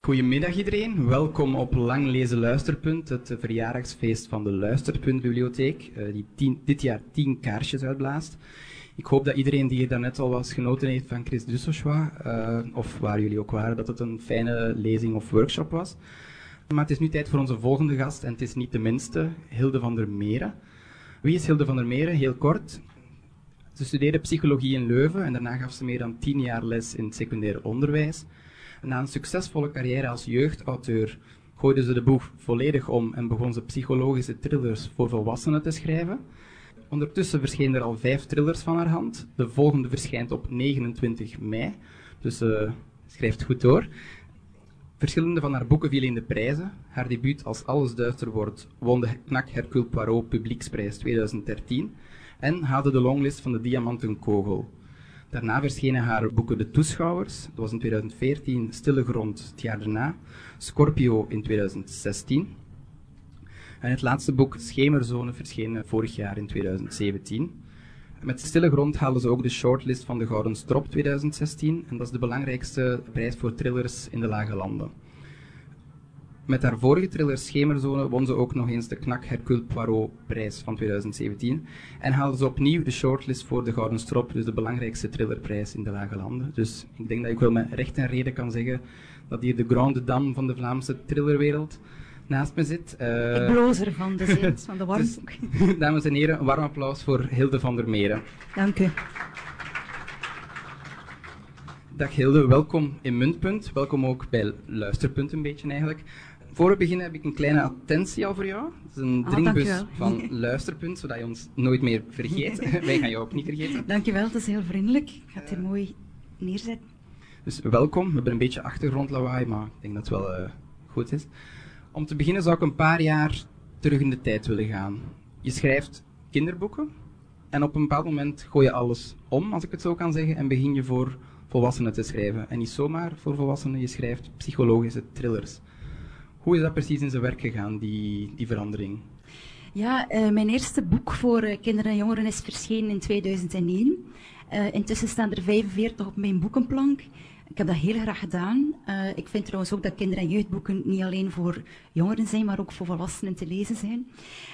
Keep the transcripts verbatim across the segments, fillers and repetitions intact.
Goedemiddag iedereen, welkom op Lang Lezen Luisterpunt, het verjaardagsfeest van de Luisterpunt Bibliotheek, uh, die tien, dit jaar tien kaarsjes uitblaast. Ik hoop dat iedereen die hier daarnet al was genoten heeft van Chris Dussochois, uh, of waar jullie ook waren, dat het een fijne lezing of workshop was. Maar het is nu tijd voor onze volgende gast, en het is niet de minste, Hilde van der Meren. Wie is Hilde van der Meren? Heel kort. Ze studeerde psychologie in Leuven en daarna gaf ze meer dan tien jaar les in het secundair onderwijs. Na een succesvolle carrière als jeugdauteur gooide ze de boeg volledig om en begon ze psychologische thrillers voor volwassenen te schrijven. Ondertussen verschenen er al vijf thrillers van haar hand. De volgende verschijnt op negenentwintig mei, dus uh, schrijft goed door. Verschillende van haar boeken vielen in de prijzen. Haar debuut Als alles duister wordt won de Knak Hercule Poirot Publieksprijs tweeduizend dertien en haalde de longlist van de Diamanten Kogel. Daarna verschenen haar boeken De Toeschouwers, dat was in tweeduizend veertien, Stille Grond het jaar daarna, Scorpio in tweeduizend zestien. En het laatste boek, Schemerzone, verscheen vorig jaar in tweeduizend zeventien. Met Stille Grond haalden ze ook de shortlist van de Gouden Strop tweeduizend zestien, en dat is de belangrijkste prijs voor thrillers in de Lage Landen. Met haar vorige thriller Schemerzone won ze ook nog eens de Knak Hercule Poirot prijs van tweeduizend zeventien en haalde ze opnieuw de shortlist voor de Gouden Strop, dus de belangrijkste thrillerprijs in de Lage Landen. Dus ik denk dat ik wel met recht en reden kan zeggen dat hier de grande dame van de Vlaamse thrillerwereld naast me zit. Uh, ik bloos ervan, de zin van de warmte. Dus, dames en heren, een warm applaus voor Hilde van der Meren. Dank u. Dag Hilde, welkom in Muntpunt. Welkom ook bij Luisterpunt een beetje eigenlijk. Voor we beginnen heb ik een kleine attentie al voor jou. Het is een ah, drinkbus van Luisterpunt, zodat je ons nooit meer vergeet. Wij gaan jou ook niet vergeten. Dankjewel, dat is heel vriendelijk. Ik ga het hier uh, mooi neerzetten. Dus welkom. We hebben een beetje achtergrondlawaai, maar ik denk dat het wel uh, goed is. Om te beginnen zou ik een paar jaar terug in de tijd willen gaan. Je schrijft kinderboeken en op een bepaald moment gooi je alles om, als ik het zo kan zeggen, en begin je voor volwassenen te schrijven. En niet zomaar voor volwassenen, je schrijft psychologische thrillers. Hoe is dat precies in zijn werk gegaan, die, die verandering? Ja, uh, mijn eerste boek voor uh, kinderen en jongeren is verschenen in tweeduizend één. Uh, intussen staan er vijfenveertig op mijn boekenplank. Ik heb dat heel graag gedaan. Uh, ik vind trouwens ook dat kinder- en jeugdboeken niet alleen voor jongeren zijn, maar ook voor volwassenen te lezen zijn.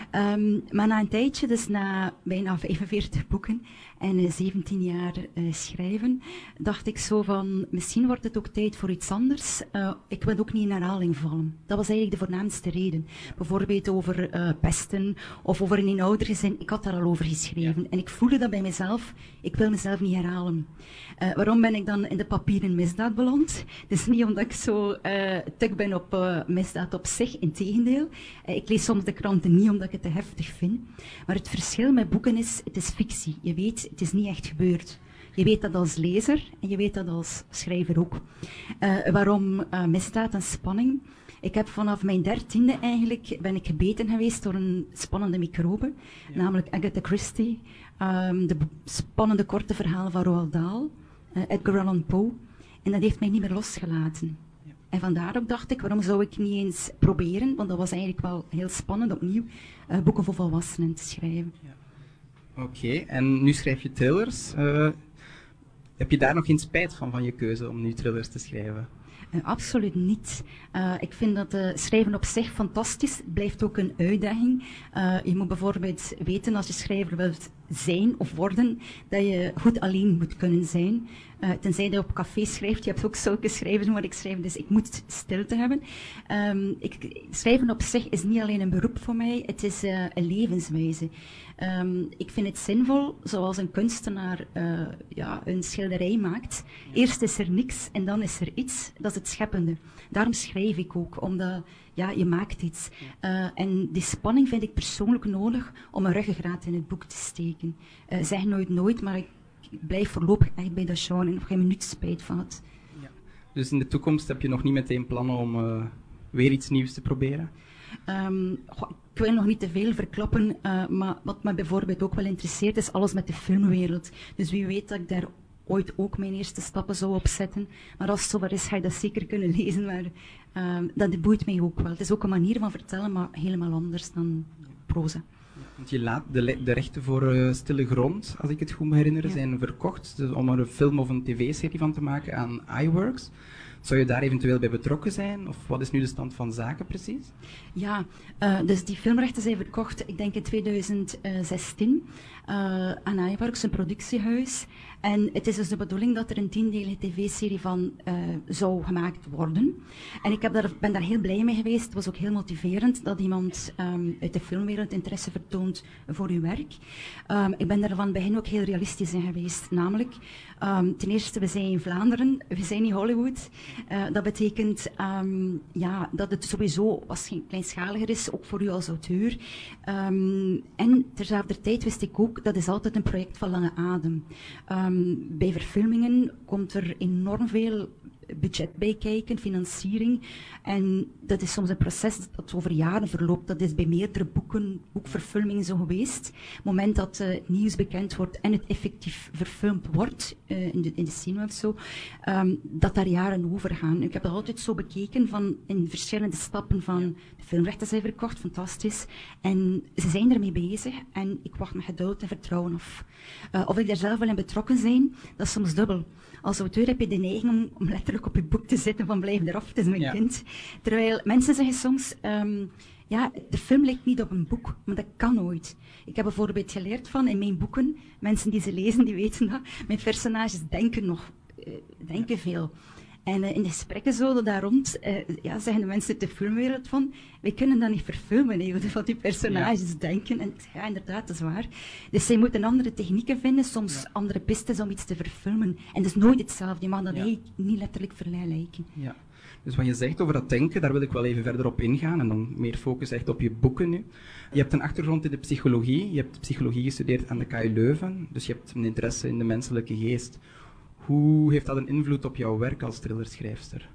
Um, maar na een tijdje, dus na bijna vijfenveertig boeken en uh, zeventien jaar uh, schrijven, dacht ik zo van, misschien wordt het ook tijd voor iets anders. Uh, ik wil ook niet in herhaling vallen. Dat was eigenlijk de voornaamste reden. Bijvoorbeeld over uh, pesten of over een eenoudergezin. Ik had daar al over geschreven. En ik voelde dat bij mezelf. Ik wil mezelf niet herhalen. Uh, waarom ben ik dan in de papieren misdaad beland? Dus niet omdat ik zo uh, tuk ben op uh, misdaad op zich, integendeel. Uh, ik lees soms de kranten niet omdat ik het te heftig vind. Maar het verschil met boeken is, het is fictie. Je weet, het is niet echt gebeurd. Je weet dat als lezer en je weet dat als schrijver ook. Uh, waarom uh, misdaad en spanning? Ik heb vanaf mijn dertiende eigenlijk, ben ik gebeten geweest door een spannende microbe, ja. Namelijk Agatha Christie, um, de spannende korte verhalen van Roald Dahl, uh, Edgar Allan Poe, en dat heeft mij niet meer losgelaten. Ja. En vandaar ook dacht ik, waarom zou ik niet eens proberen, want dat was eigenlijk wel heel spannend opnieuw, uh, boeken voor volwassenen te schrijven. Ja. Oké, okay, en nu schrijf je thrillers. Uh, heb je daar nog geen spijt van, van je keuze om nu thrillers te schrijven? Uh, absoluut niet. Uh, ik vind dat uh, schrijven op zich fantastisch. Het blijft ook een uitdaging. Uh, je moet bijvoorbeeld weten, als je schrijver wilt zijn of worden, dat je goed alleen moet kunnen zijn. Uh, tenzij je op café schrijft. Je hebt ook zulke schrijvers waar ik schrijf, dus ik moet stilte hebben. Um, ik, schrijven op zich is niet alleen een beroep voor mij, het is uh, een levenswijze. Um, ik vind het zinvol, zoals een kunstenaar uh, ja, een schilderij maakt. Eerst is er niks en dan is er iets. Dat is het scheppende. Daarom schrijf ik ook, omdat ja, je maakt iets. Uh, en die spanning vind ik persoonlijk nodig om een ruggengraat in het boek te steken. Uh, zeg nooit nooit, maar ik Ik blijf voorlopig echt bij dat genre en nog geen minuut spijt van het. Ja. Dus in de toekomst heb je nog niet meteen plannen om uh, weer iets nieuws te proberen? Um, goh, ik wil nog niet te veel verklappen, uh, maar wat me bijvoorbeeld ook wel interesseert is alles met de filmwereld. Dus wie weet dat ik daar ooit ook mijn eerste stappen zou opzetten. Maar als het zover is, ga je dat zeker kunnen lezen. Maar uh, dat boeit mij ook wel. Het is ook een manier van vertellen, maar helemaal anders dan proza. Want je laat de, de rechten voor uh, Stille Grond, als ik het goed me herinner, ja. zijn verkocht dus om er een film of een tv-serie van te maken aan iWorks. Zou je daar eventueel bij betrokken zijn? Of wat is nu de stand van zaken precies? Ja, uh, dus die filmrechten zijn verkocht, ik denk in tweeduizend zestien, uh, aan iWorks, een productiehuis. En het is dus de bedoeling dat er een tiendelige tv-serie van uh, zou gemaakt worden. En ik heb daar, ben daar heel blij mee geweest. Het was ook heel motiverend dat iemand um, uit de filmwereld interesse vertoont voor uw werk. Um, ik ben daar van begin ook heel realistisch in geweest. Namelijk, um, ten eerste, we zijn in Vlaanderen, we zijn in Hollywood. Uh, dat betekent um, ja, dat het sowieso wat kleinschaliger is, ook voor u als auteur. Um, en terzelfde tijd wist ik ook, dat is altijd een project van lange adem. Um, bij verfilmingen komt er enorm veel budget bij kijken, financiering. En dat is soms een proces dat over jaren verloopt. Dat is bij meerdere boeken, boekverfilmingen zo geweest. Op het moment dat uh, het nieuws bekend wordt en het effectief verfilmd wordt, uh, in, de, in de cinema of zo, um, dat daar jaren over gaan. Ik heb dat altijd zo bekeken van in verschillende stappen van de filmrechten zijn verkocht, fantastisch. En ze zijn ermee bezig en ik wacht met geduld en vertrouwen af. Uh, of ik daar zelf wel in betrokken zijn, dat is soms dubbel. Als auteur heb je de neiging om, om letterlijk op je boek te zitten van blijf eraf, het is mijn ja. kind. Terwijl mensen zeggen soms, um, ja, de film lijkt niet op een boek, maar dat kan nooit. Ik heb bijvoorbeeld geleerd van in mijn boeken, mensen die ze lezen, die weten dat, mijn personages denken nog, uh, denken veel. En uh, in de gesprekken zo daar rond uh, ja, zeggen de mensen uit de filmwereld van, wij kunnen dat niet verfilmen, he, wat die personages ja. denken. En ik zeg, ja, inderdaad, dat is waar. Dus zij moeten andere technieken vinden, soms ja. andere pistes om iets te verfilmen. En dat is nooit hetzelfde, je mag dat ja. eigenlijk niet letterlijk vergelijken. Ja. Dus wat je zegt over dat denken, daar wil ik wel even verder op ingaan en dan meer focus echt op je boeken nu. Je hebt een achtergrond in de psychologie, je hebt psychologie gestudeerd aan de K U Leuven, dus je hebt een interesse in de menselijke geest. Hoe heeft dat een invloed op jouw werk als thrillerschrijfster?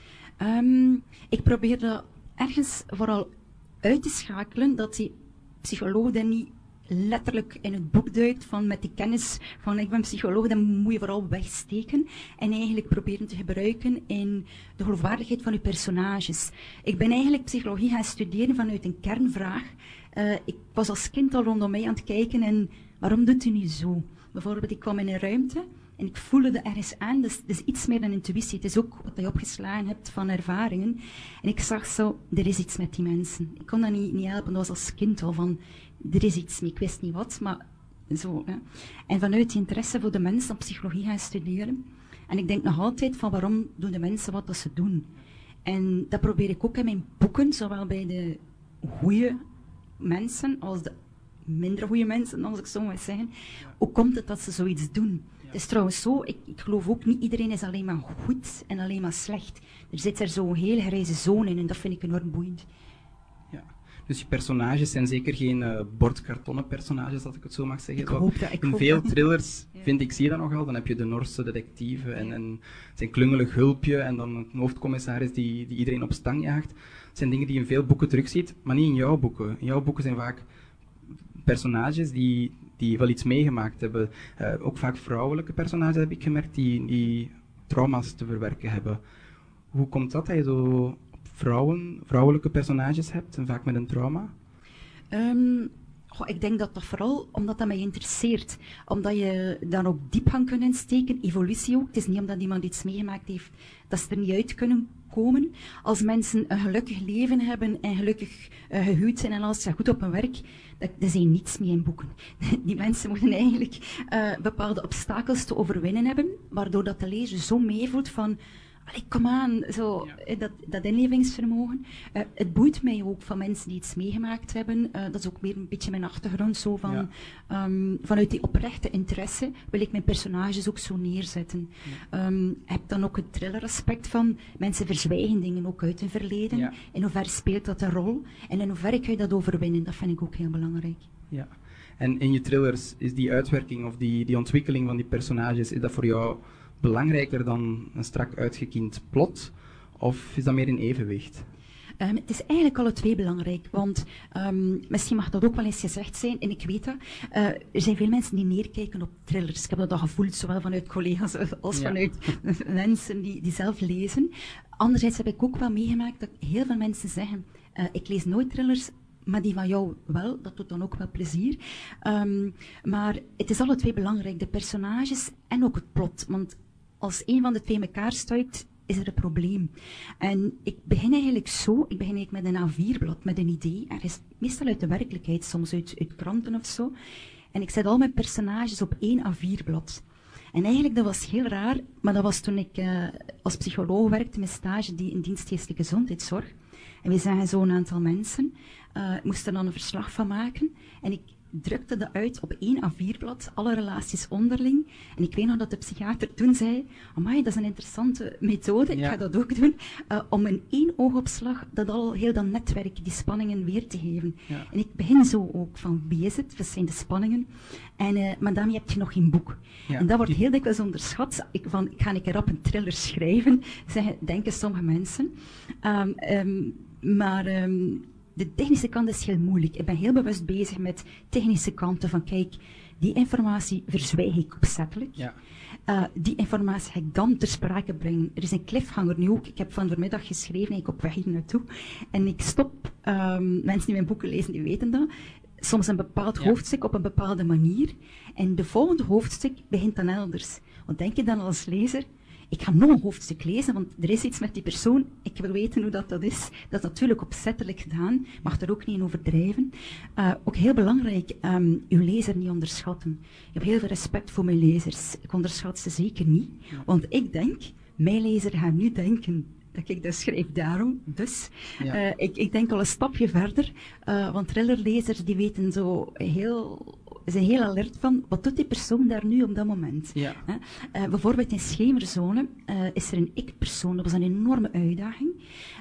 Um, ik probeer dat ergens vooral uit te schakelen, dat die psycholoog dan niet letterlijk in het boek duikt van met die kennis van ik ben psycholoog, dan moet je vooral wegsteken en eigenlijk proberen te gebruiken in de geloofwaardigheid van je personages. Ik ben eigenlijk psychologie gaan studeren vanuit een kernvraag. Uh, ik was als kind al rondom mij aan het kijken en waarom doet u nu zo? Bijvoorbeeld, ik kwam in een ruimte en ik voelde er ergens aan, dus het is iets meer dan intuïtie. Het is ook wat je opgeslagen hebt van ervaringen. En ik zag zo, er is iets met die mensen. Ik kon dat niet, niet helpen, dat was als kind al van, er is iets mee, ik wist niet wat, maar zo. Hè. En vanuit die interesse voor de mensen dan psychologie gaan studeren. En ik denk nog altijd van, waarom doen de mensen wat dat ze doen? En dat probeer ik ook in mijn boeken, zowel bij de goede mensen als de minder goede mensen, als ik zo moet zeggen. Hoe komt het dat ze zoiets doen? Het is trouwens zo, ik, ik geloof ook niet iedereen is alleen maar goed en alleen maar slecht. Er zit er zo'n hele grijze zone in en dat vind ik enorm boeiend. Ja. Dus je personages zijn zeker geen uh, bordkartonnen personages, als ik het zo mag zeggen. Ik hoop dat, ik in hoop veel dat. thrillers, ja. vind ik, zie je dat nogal. Dan heb je de Noorse detectieve en, en zijn klungelig hulpje en dan een hoofdcommissaris die, die iedereen op stang jaagt. Dat zijn dingen die je in veel boeken terugziet, maar niet in jouw boeken. In jouw boeken zijn vaak personages die, die wel iets meegemaakt hebben. Uh, ook vaak vrouwelijke personages heb ik gemerkt, die, die trauma's te verwerken hebben. Hoe komt dat dat je zo vrouwen, vrouwelijke personages hebt en vaak met een trauma? Um, goh, ik denk dat dat vooral omdat dat mij interesseert. Omdat je daar ook diepgang kunt insteken, evolutie ook. Het is niet omdat iemand iets meegemaakt heeft dat ze er niet uit kunnen komen. Als mensen een gelukkig leven hebben en gelukkig uh, gehuwd zijn en alles gaat goed op hun werk, dat, dat zijn niets meer in boeken. Die mensen moeten eigenlijk uh, bepaalde obstakels te overwinnen hebben, waardoor dat de lezer zo meevoelt van allee, kom aan, zo, ja. dat, dat inlevingsvermogen. Uh, het boeit mij ook van mensen die iets meegemaakt hebben. Uh, dat is ook meer een beetje mijn achtergrond. Zo van, ja. um, vanuit die oprechte interesse wil ik mijn personages ook zo neerzetten. Ja. Um, heb dan ook het thriller-aspect van mensen verzwijgen dingen ook uit hun verleden. Ja. In hoeverre speelt dat een rol? En in hoeverre kun je dat overwinnen? Dat vind ik ook heel belangrijk. Ja. En in je thrillers, is die uitwerking of die, die ontwikkeling van die personages, is dat voor jou belangrijker dan een strak uitgekiend plot, of is dat meer in evenwicht? Um, het is eigenlijk alle twee belangrijk, want um, misschien mag dat ook wel eens gezegd zijn, en ik weet dat, uh, er zijn veel mensen die neerkijken op thrillers. Ik heb dat al gevoeld, zowel vanuit collega's als ja. vanuit mensen die, die zelf lezen. Anderzijds heb ik ook wel meegemaakt dat heel veel mensen zeggen, uh, ik lees nooit thrillers, maar die van jou wel, dat doet dan ook wel plezier. Um, maar het is alle twee belangrijk, de personages en ook het plot. Want als een van de twee elkaar stuikt, is er een probleem. En ik begin eigenlijk zo, ik begin eigenlijk met een A vier blad, met een idee, ergens meestal uit de werkelijkheid, soms uit, uit kranten of zo. En ik zet al mijn personages op één A vier blad. En eigenlijk, dat was heel raar, maar dat was toen ik uh, als psycholoog werkte met stage die in dienstgeestelijke gezondheidszorg. En we zagen zo'n aantal mensen, uh, ik moest er dan een verslag van maken. En ik drukte dat uit op één A vier blad, alle relaties onderling. En ik weet nog dat de psychiater toen zei, amai, dat is een interessante methode, ja. ik ga dat ook doen, uh, om in één oogopslag dat al heel dat netwerk, die spanningen weer te geven. Ja. En ik begin zo ook van, wie is het? Wat zijn de spanningen? En, uh, maar daarmee heb je nog geen boek. Ja. En dat wordt heel dikwijls onderschat. Ik, van, ik ga een keer rap een thriller schrijven, zeggen, denken sommige mensen. Um, um, maar... Um, De technische kant is heel moeilijk. Ik ben heel bewust bezig met technische kanten van, kijk, die informatie verzwijg ik opzettelijk. Ja. Uh, die informatie ga ik dan ter sprake brengen. Er is een cliffhanger nu ook. Ik heb van vanmiddag geschreven, ik op weg hier naartoe. En ik stop, um, mensen die mijn boeken lezen, die weten dat, soms een bepaald ja. hoofdstuk op een bepaalde manier. En de volgende hoofdstuk begint dan elders. Want denk je dan als lezer, ik ga nog een hoofdstuk lezen, want er is iets met die persoon. Ik wil weten hoe dat, dat is. Dat is natuurlijk opzettelijk gedaan. Mag er ook niet in overdrijven. Uh, ook heel belangrijk, um, uw lezer niet onderschatten. Ik heb heel veel respect voor mijn lezers. Ik onderschat ze zeker niet. Want ik denk, mijn lezer gaat nu denken dat ik dat schrijf daarom. Dus ja. uh, ik, ik denk al een stapje verder. Uh, want thrillerlezers die weten zo heel... We zijn heel alert van, wat doet die persoon daar nu op dat moment? Ja. Uh, bijvoorbeeld in Schemerzone uh, is er een ik-persoon, dat was een enorme uitdaging.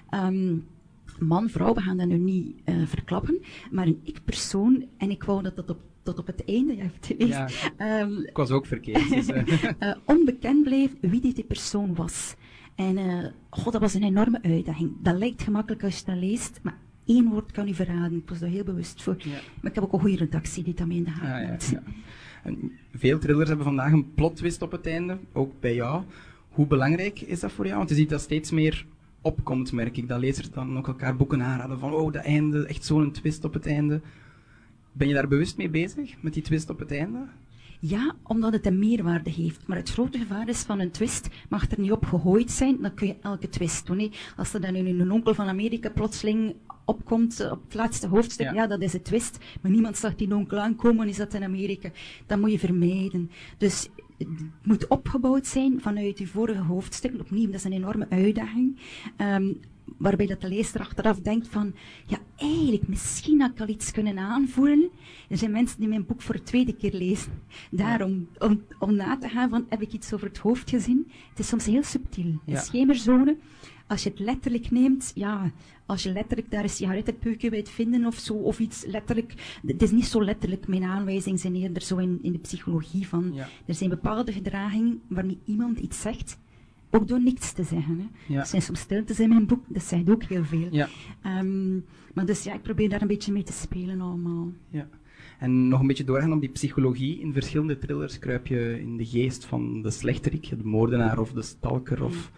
Um, man, vrouw, we gaan dat nu niet uh, verklappen, maar een ik-persoon, en ik wou dat dat op, tot op het einde, je hebt het gelezen. Ja, um, ik was ook verkeerd. Dus, uh. uh, onbekend bleef wie die, die persoon was. En uh, god, dat was een enorme uitdaging. Dat lijkt gemakkelijk als je dat leest, maar één woord kan u verraden. Ik was daar heel bewust voor. Ja. Maar ik heb ook een goede redactie die dat mee in de hand houdt. Ja, ja, ja. En veel thrillers hebben vandaag een plot twist op het einde, ook bij jou. Hoe belangrijk is dat voor jou? Want je ziet dat steeds meer opkomt, merk ik. Dat lezers dan ook elkaar boeken aanraden van, oh, dat einde, echt zo'n twist op het einde. Ben je daar bewust mee bezig, met die twist op het einde? Ja, omdat het een meerwaarde heeft. Maar het grote gevaar is van een twist, mag er niet op gegooid zijn, dan kun je elke twist doen. Hè. Als er dan nu een onkel van Amerika plotseling opkomt uh, op het laatste hoofdstuk, ja. ja, dat is een twist. Maar niemand zag die onkel aankomen, is dat in Amerika. Dat moet je vermijden. Dus het moet opgebouwd zijn vanuit die vorige hoofdstukken. Opnieuw, dat is een enorme uitdaging. Um, waarbij dat de lezer achteraf denkt van, ja, eigenlijk, misschien had ik al iets kunnen aanvoelen. Er zijn mensen die mijn boek voor de tweede keer lezen. Daarom, om, om na te gaan van, heb ik iets over het hoofd gezien? Het is soms heel subtiel. Een ja. schemerzone, als je het letterlijk neemt, ja, als je letterlijk daar een sigarettenpeukje wilt vinden of zo, of iets letterlijk, het is niet zo letterlijk, mijn aanwijzingen zijn eerder zo in, in de psychologie van, ja. er zijn bepaalde gedragingen waarmee iemand iets zegt, ook door niks te zeggen. Hè. Ja. Er zijn soms stiltes in mijn boek, dat zegt ook heel veel. Ja. Um, maar dus ja, ik probeer daar een beetje mee te spelen allemaal. Ja. En nog een beetje doorgaan op die psychologie. In verschillende thrillers kruip je in de geest van de slechterik, de moordenaar of de stalker. Of...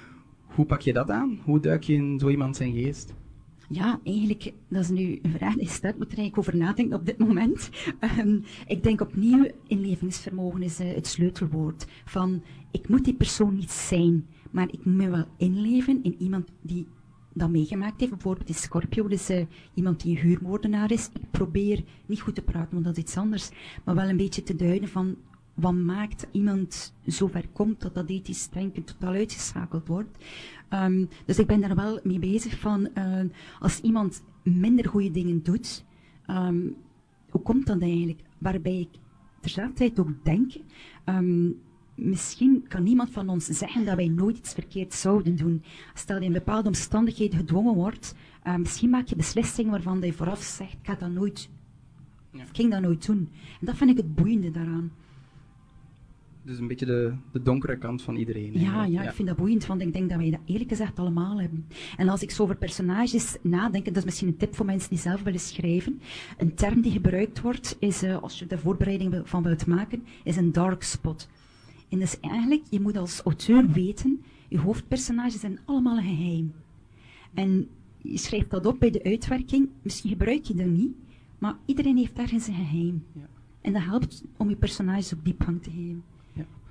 Hoe pak je dat aan? Hoe duik je in zo iemand zijn geest? Ja, eigenlijk, dat is nu een vraag die je stelt, moet er eigenlijk over nadenken op dit moment. Um, ik denk opnieuw, inlevingsvermogen is uh, het sleutelwoord. Van, ik moet die persoon niet zijn, maar ik moet me wel inleven in iemand die dat meegemaakt heeft. Bijvoorbeeld in Scorpio, dus uh, iemand die een huurmoordenaar is. Ik probeer niet goed te praten, want dat is iets anders, maar wel een beetje te duiden van, wat maakt iemand zo ver komt dat dat ethisch denken totaal uitgeschakeld wordt. Um, dus ik ben daar wel mee bezig van, uh, als iemand minder goede dingen doet, um, hoe komt dat eigenlijk? Waarbij ik terzelfde ook denk, um, misschien kan niemand van ons zeggen dat wij nooit iets verkeerd zouden doen. Stel je in bepaalde omstandigheden gedwongen wordt, uh, misschien maak je beslissingen waarvan je vooraf zegt, ik ga dat nooit, ja. ik ging dat nooit doen. En dat vind ik het boeiende daaraan. Dus een beetje de, de donkere kant van iedereen. Ja, ja, ja, ik vind dat boeiend, want ik denk dat wij dat eerlijk gezegd allemaal hebben. En als ik zo over personages nadenk, dat is misschien een tip voor mensen die zelf willen schrijven. Een term die gebruikt wordt, is, uh, als je de voorbereiding van wilt maken, is een dark spot. En dus eigenlijk, je moet als auteur weten, je hoofdpersonages zijn allemaal een geheim. En je schrijft dat op bij de uitwerking, misschien gebruik je dat niet, maar iedereen heeft ergens een geheim. Ja. En dat helpt om je personages op diepgang te geven.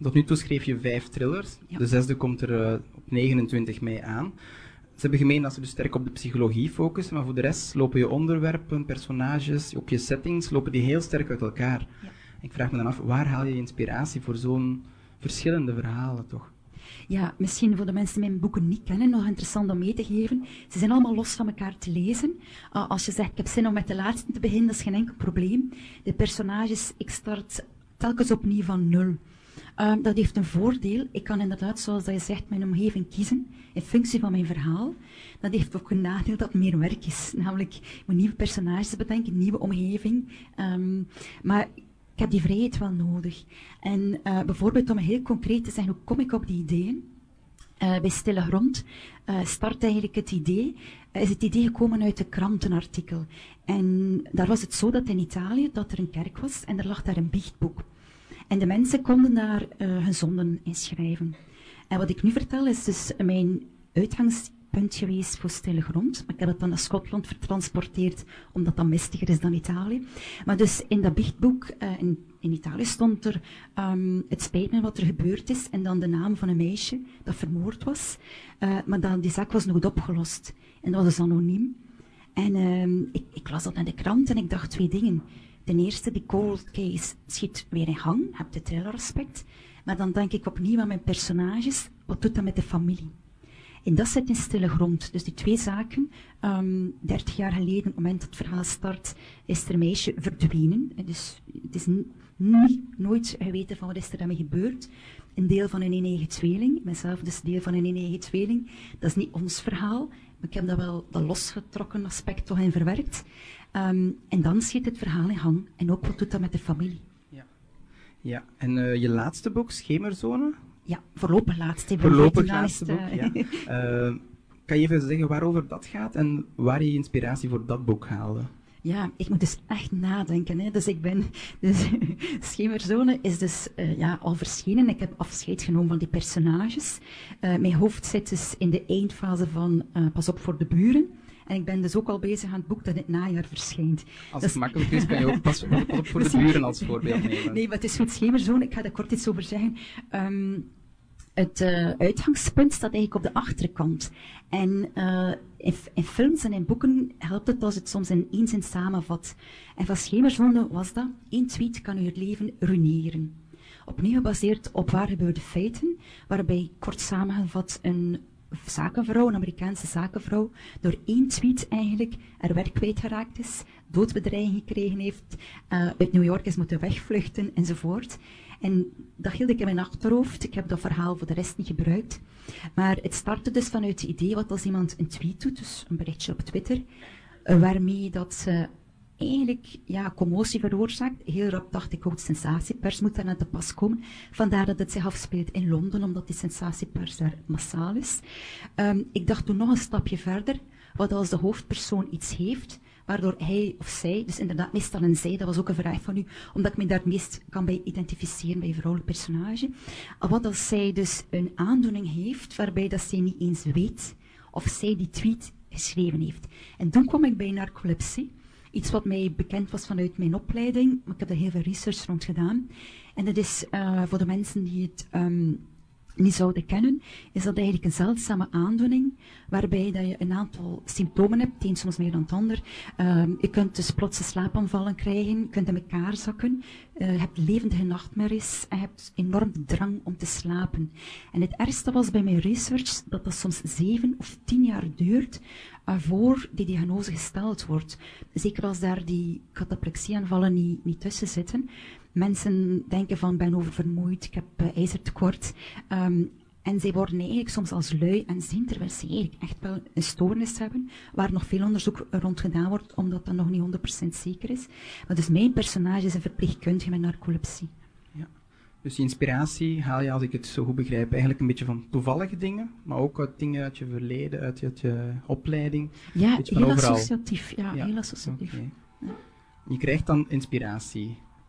tot nu toe schreef je vijf thrillers. Ja. De zesde komt er uh, op negenentwintig mei aan. Ze hebben gemeen dat ze dus sterk op de psychologie focussen, maar voor de rest lopen je onderwerpen, personages, ook je settings, lopen die heel sterk uit elkaar. Ja. Ik vraag me dan af, waar haal je inspiratie voor zo'n verschillende verhalen toch? Ja, misschien voor de mensen die mijn boeken niet kennen, nog interessant om mee te geven. Ze zijn allemaal los van elkaar te lezen. Uh, als je zegt, ik heb zin om met de laatste te beginnen, dat is geen enkel probleem. De personages, ik start telkens opnieuw van nul. Uh, dat heeft een voordeel. Ik kan inderdaad, zoals dat je zegt, mijn omgeving kiezen in functie van mijn verhaal. Dat heeft ook een nadeel dat meer werk is. Namelijk, ik moet nieuwe personages bedenken, nieuwe omgeving. Um, maar ik heb die vrijheid wel nodig. En uh, bijvoorbeeld om heel concreet te zeggen, hoe kom ik op die ideeën? Uh, bij Stille Grond uh, start eigenlijk het idee, uh, is het idee gekomen uit een krantenartikel. En daar was het zo dat in Italië, dat er een kerk was en er lag daar een biechtboek. En de mensen konden daar uh, hun zonden in schrijven. En wat ik nu vertel is dus mijn uitgangspunt geweest voor Stille Grond. Maar ik heb het dan naar Schotland vertransporteerd, omdat dat mistiger is dan Italië. Maar dus in dat biechtboek, uh, in, in Italië stond er, um, het spijt me wat er gebeurd is, en dan de naam van een meisje dat vermoord was. Uh, maar dan, die zaak was nooit opgelost. En dat was dus anoniem. En um, ik, ik las dat in de krant en ik dacht twee dingen. Ten eerste, die cold case schiet weer in gang, heb het thriller-aspect. Maar dan denk ik opnieuw aan mijn personages, wat doet dat met de familie? En dat zit in Stille Grond. Dus die twee zaken, um, dertig jaar geleden, op het moment dat het verhaal start, is er een meisje verdwenen. Dus het is niet, nooit geweten van wat is er daarmee gebeurd. Een deel van een eenige tweeling, ik ben zelf dus deel van een eenige tweeling. Dat is niet ons verhaal, maar ik heb dat wel, dat losgetrokken aspect toch in verwerkt. Um, en dan schiet het verhaal in gang. En ook wat doet dat met de familie? Ja, ja. En uh, je laatste boek, Schemerzone? Ja, voorlopig laatste. Voorlopig laatste boek, ja. Uh, kan je even zeggen waarover dat gaat en waar je inspiratie voor dat boek haalde? Ja, ik moet dus echt nadenken. Hè. Dus ik ben... Dus, Schemerzone is dus uh, ja, al verschenen. Ik heb afscheid genomen van die personages. Uh, mijn hoofd zit dus in de eindfase van uh, Pas op voor de buren. En ik ben dus ook al bezig aan het boek dat in het najaar verschijnt. Als het makkelijk is, kan je ook pas, pas op voor de buren als voorbeeld nemen. Nee, maar het is goed, Schemerzone. Ik ga daar kort iets over zeggen. Um, Het uh, uitgangspunt staat eigenlijk op de achterkant. En uh, in, in films en in boeken helpt het als het soms in één zin samenvat. En van Schemerzone was dat: één tweet kan uw leven ruïneren. Opnieuw gebaseerd op waar gebeurde feiten, waarbij kort samengevat een zakenvrouw, een Amerikaanse zakenvrouw, door één tweet eigenlijk haar werk kwijtgeraakt is, doodbedreiging gekregen heeft, uh, uit New York is moeten wegvluchten enzovoort. En dat hield ik in mijn achterhoofd. Ik heb dat verhaal voor de rest niet gebruikt. Maar het startte dus vanuit het idee, wat als iemand een tweet doet, dus een berichtje op Twitter, uh, waarmee dat ze eigenlijk ja, commotie veroorzaakt. Heel rap dacht ik ook, sensatiepers moet daar naar te pas komen. Vandaar dat het zich afspeelt in Londen, omdat die sensatiepers daar massaal is. Um, ik dacht toen nog een stapje verder, wat als de hoofdpersoon iets heeft, waardoor hij of zij, dus inderdaad meestal een zij, dat was ook een vraag van u, omdat ik me daar het meest kan bij identificeren bij een vrouwelijk personage. Wat als zij dus een aandoening heeft, waarbij dat zij niet eens weet of zij die tweet geschreven heeft. En toen kwam ik bij narcolepsie. Iets wat mij bekend was vanuit mijn opleiding, maar ik heb er heel veel research rond gedaan. En dat is uh, voor de mensen die het um, niet zouden kennen, is dat eigenlijk een zeldzame aandoening, waarbij dat je een aantal symptomen hebt, het een soms meer dan het ander. Um, je kunt dus plotse slaapaanvallen krijgen, je kunt in elkaar zakken, uh, je hebt levendige nachtmerries en je hebt enorm de drang om te slapen. En het ergste was bij mijn research dat dat soms zeven of tien jaar duurt uh, voor die diagnose gesteld wordt. Zeker als daar die cataplexieaanvallen niet, niet tussen zitten. Mensen denken van, ik ben oververmoeid, ik heb uh, ijzertekort. Um, en zij worden eigenlijk soms als lui en zien, terwijl ze eigenlijk echt wel een stoornis hebben, waar nog veel onderzoek rond gedaan wordt, omdat dat nog niet honderd procent zeker is. Maar dus mijn personage is een verpleegkundige met narcolepsie. Ja. Dus die inspiratie haal je, als ik het zo goed begrijp, eigenlijk een beetje van toevallige dingen, maar ook uit dingen uit je verleden, uit je, uit je opleiding. Ja, heel associatief. Ja, ja. heel associatief. Okay. Ja. Je krijgt dan inspiratie.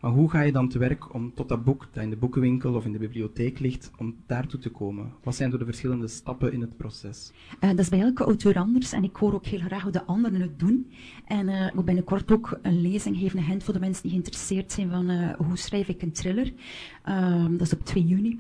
Maar hoe ga je dan te werk om tot dat boek dat in de boekenwinkel of in de bibliotheek ligt, om daartoe te komen? Wat zijn zo de verschillende stappen in het proces? Uh, dat is bij elke auteur anders en ik hoor ook heel graag hoe de anderen het doen. En uh, ik wil binnenkort ook een lezing geven in Gent voor de mensen die geïnteresseerd zijn van uh, hoe schrijf ik een thriller. Uh, dat is op twee juni.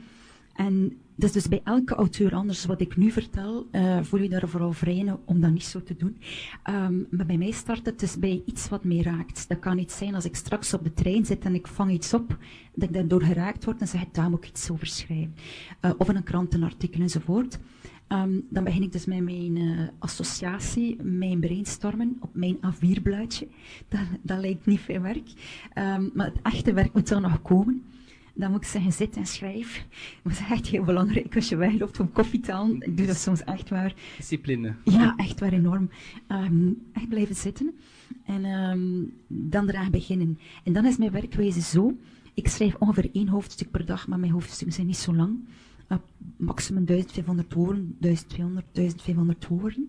En dat is dus bij elke auteur anders. Wat ik nu vertel, uh, voel je daar vooral vrij in om dat niet zo te doen. Um, maar bij mij start het dus bij iets wat mij raakt. Dat kan iets zijn als ik straks op de trein zit en ik vang iets op, dat ik daardoor geraakt word en zeg ik, daar moet ik iets over schrijven. Uh, of in een krantenartikel enzovoort. Um, dan begin ik dus met mijn uh, associatie, mijn brainstormen op mijn A vier blaadje. Dat, dat lijkt niet veel werk. Um, maar het echte werk moet er nog komen. Dan moet ik zeggen, zit en schrijf. Dat is echt heel belangrijk als je wegloopt om koffie te halen. Ik doe dat soms echt waar. Discipline. Ja, echt waar enorm. Um, echt blijven zitten. En um, dan eraan beginnen. En dan is mijn werkwijze zo. Ik schrijf ongeveer één hoofdstuk per dag, maar mijn hoofdstukken zijn niet zo lang. Uh, maximum duizend vijfhonderd woorden, duizend tweehonderd, duizend vijfhonderd woorden.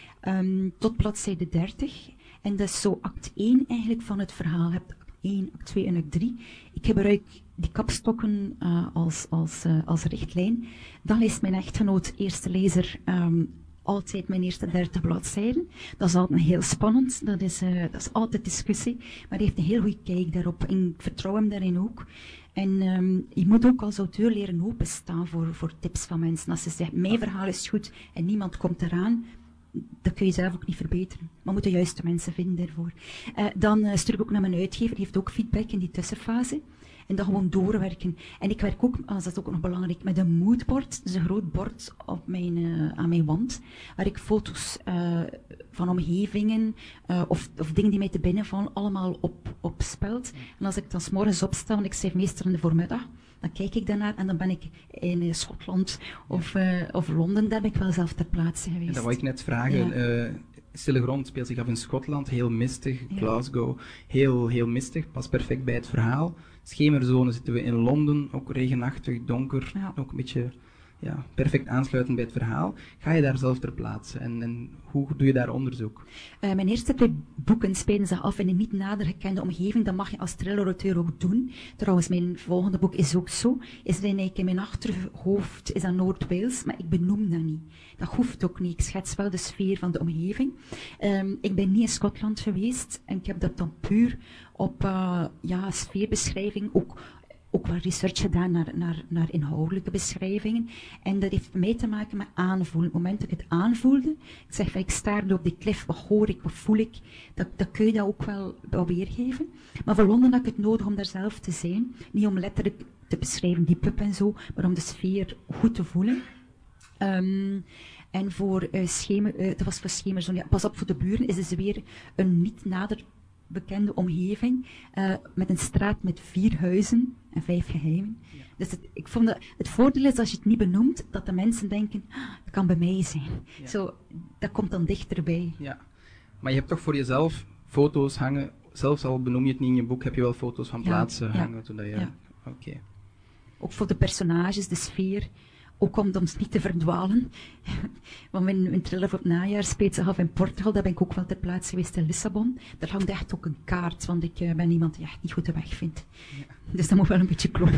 Um, tot bladzijde dertig. En dat is zo act één eigenlijk van het verhaal. Je hebt act één, act twee en act drie. Ik gebruik die kapstokken uh, als, als, uh, als richtlijn. Dan leest mijn echtgenoot, eerste lezer, um, altijd mijn eerste dertig bladzijden. Dat is altijd heel spannend, dat is, uh, dat is altijd discussie, maar hij heeft een heel goede kijk daarop en ik vertrouw hem daarin ook. En um, je moet ook als auteur leren openstaan voor, voor tips van mensen. Als ze zeggen, mijn verhaal is goed en niemand komt eraan, dat kun je zelf ook niet verbeteren. Maar je moet de juiste mensen vinden daarvoor. Uh, dan uh, stuur ik ook naar mijn uitgever, die heeft ook feedback in die tussenfase. En dan gewoon doorwerken. En ik werk ook, dat is ook nog belangrijk, met een moodboard. Dus een groot bord op mijn, uh, aan mijn wand. Waar ik foto's uh, van omgevingen uh, of, of dingen die mij te binnen vallen, allemaal op, op speld. En als ik dan 's morgens opsta, want ik schrijf meestal in de voormiddag, dan kijk ik daarnaar en dan ben ik in uh, Schotland of, uh, of Londen. Daar ben ik wel zelf ter plaatse geweest. En dat wou ik net vragen. Ja. Uh, Stille Grond speelt zich af in Schotland, heel mistig. Ja. Glasgow, heel, heel mistig. Past perfect bij het verhaal. Schemerzone zitten we in Londen, ook regenachtig, donker. Ja. Ook een beetje ja, perfect aansluitend bij het verhaal. Ga je daar zelf ter plaatse en, en hoe doe je daar onderzoek? Uh, mijn eerste twee boeken spelen zich af in een niet nader gekende omgeving. Dat mag je als thriller-auteur ook doen. Trouwens, mijn volgende boek is ook zo. Is er eigenlijk in mijn achterhoofd, is dat Noord-Wales, maar ik benoem dat niet. Dat hoeft ook niet. Ik schets wel de sfeer van de omgeving. Um, ik ben niet in Schotland geweest en ik heb dat dan puur op uh, ja, sfeerbeschrijving, ook ook wel research gedaan naar, naar, naar inhoudelijke beschrijvingen. En dat heeft voor mij te maken met aanvoelen. Op het moment dat ik het aanvoelde, ik zeg van ik sta op die klif, wat hoor ik, wat voel ik, dat, dat kun je dat ook wel, wel weergeven. Maar voor Londen had ik het nodig om daar zelf te zijn. Niet om letterlijk te beschrijven, die pub en zo, maar om de sfeer goed te voelen. Um, en voor uh, schemer, uh, dat was voor Schemerzone, ja, pas op voor de buren, is dus weer een niet nader bekende omgeving, uh, met een straat met vier huizen en vijf geheimen. Ja. Dus het, ik vond dat, het voordeel is als je het niet benoemt, dat de mensen denken, ah, dat kan bij mij zijn. Ja. Zo, dat komt dan dichterbij. Ja, maar je hebt toch voor jezelf foto's hangen, zelfs al benoem je het niet in je boek, heb je wel foto's van plaatsen ja, hangen. Zodat je, ja. Oké. Okay. Ook voor de personages, de sfeer. Ook om ons niet te verdwalen. Want mijn, mijn thriller voor het najaar speelt zich af in Portugal. Daar ben ik ook wel ter plaatse geweest in Lissabon. Daar hangt echt ook een kaart, want ik uh, ben iemand die echt niet goed de weg vindt. Ja. Dus dat moet wel een beetje kloppen.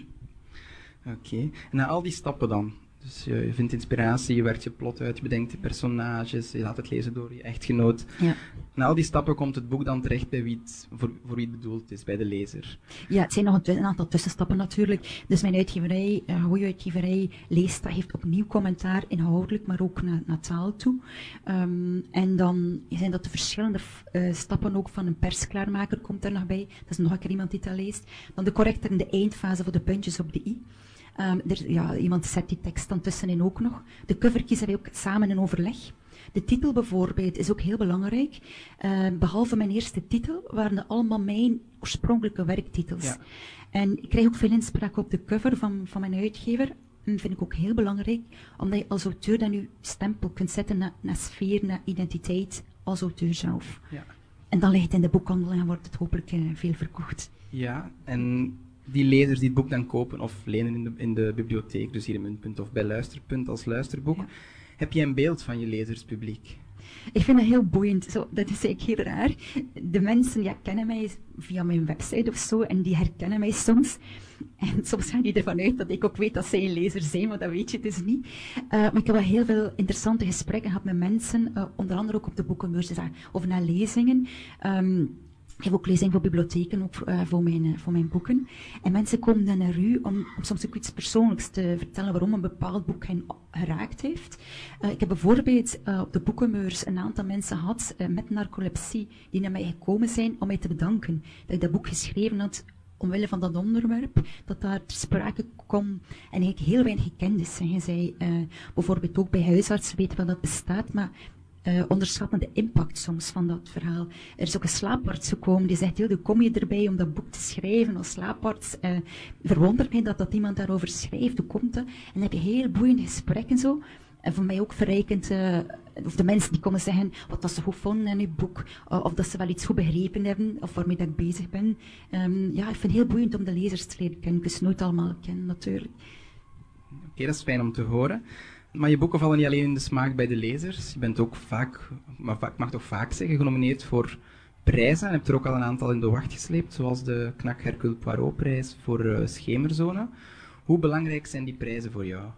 Oké. Okay. En na al die stappen dan? Dus je, je vindt inspiratie, je werkt je plot uit, je bedenkt de personages, je laat het lezen door je echtgenoot. Ja. Na al die stappen komt het boek dan terecht bij wie het, voor, voor wie het bedoeld is, bij de lezer. Ja, het zijn nog een, een aantal tussenstappen natuurlijk. Dus mijn uitgeverij, een goede uitgeverij, leest dat, heeft opnieuw commentaar, inhoudelijk, maar ook naar, naar taal toe. Um, en dan zijn dat de verschillende uh, stappen ook van een persklaarmaker, komt er nog bij. Dat is nog een keer iemand die dat leest. Dan de corrector in de eindfase voor de puntjes op de i. Um, er, ja, iemand zet die tekst dan tussenin ook nog. De cover kiezen wij ook samen in overleg. De titel bijvoorbeeld is ook heel belangrijk. Uh, behalve mijn eerste titel waren het allemaal mijn oorspronkelijke werktitels. Ja. En ik krijg ook veel inspraak op de cover van, van mijn uitgever. Dat vind ik ook heel belangrijk, omdat je als auteur dan je stempel kunt zetten naar, naar sfeer, naar identiteit, als auteur zelf. Ja. En dan ligt het in de boekhandel en wordt het hopelijk uh, veel verkocht. Ja, en die lezers die het boek dan kopen of lenen in de, in de bibliotheek, dus hier in Muntpunt of bij Luisterpunt als luisterboek, ja. Heb je een beeld van je lezerspubliek? Ik vind dat heel boeiend. Zo, dat is eigenlijk heel raar. De mensen ja, kennen mij via mijn website of zo en die herkennen mij soms. En soms gaan die ervan uit dat ik ook weet dat zij een lezer zijn, maar dat weet je dus niet. Uh, maar ik heb wel heel veel interessante gesprekken gehad met mensen, uh, onder andere ook op de boekenbeurs, dus, uh, of naar lezingen. Um, Ik heb ook lezingen voor bibliotheken, ook uh, voor, mijn, uh, voor mijn boeken. En mensen komen dan naar u om, om soms ook iets persoonlijks te vertellen waarom een bepaald boek hen geraakt heeft. Uh, ik heb bijvoorbeeld uh, op de boekenbeurs een aantal mensen gehad uh, met narcolepsie die naar mij gekomen zijn om mij te bedanken dat ik dat boek geschreven had omwille van dat onderwerp, dat daar ter sprake kwam en eigenlijk heel weinig gekend is. En je zei uh, bijvoorbeeld ook bij huisartsen weten we dat dat bestaat, maar Uh, onderschatten de impact soms van dat verhaal. Er is ook een slaaparts gekomen die zegt, hoe kom je erbij om dat boek te schrijven als slaaparts? Uh, verwondert mij dat, dat iemand daarover schrijft, hoe komt dat? En dan heb je heel boeiende gesprekken zo. En voor mij ook verrijkend, uh, of de mensen die komen zeggen wat dat ze goed vonden in uw boek, uh, of dat ze wel iets goed begrepen hebben, of waarmee dat ik bezig ben. Um, ja, ik vind het heel boeiend om de lezers te leren kennen. Ik kan ze nooit allemaal kennen, natuurlijk. Oké, okay, dat is fijn om te horen. Maar je boeken vallen niet alleen in de smaak bij de lezers. Je bent ook vaak, maar ik mag toch vaak zeggen, genomineerd voor prijzen. En hebt er ook al een aantal in de wacht gesleept, zoals de Knak Hercule Poirot-prijs voor uh, Schemerzone. Hoe belangrijk zijn die prijzen voor jou?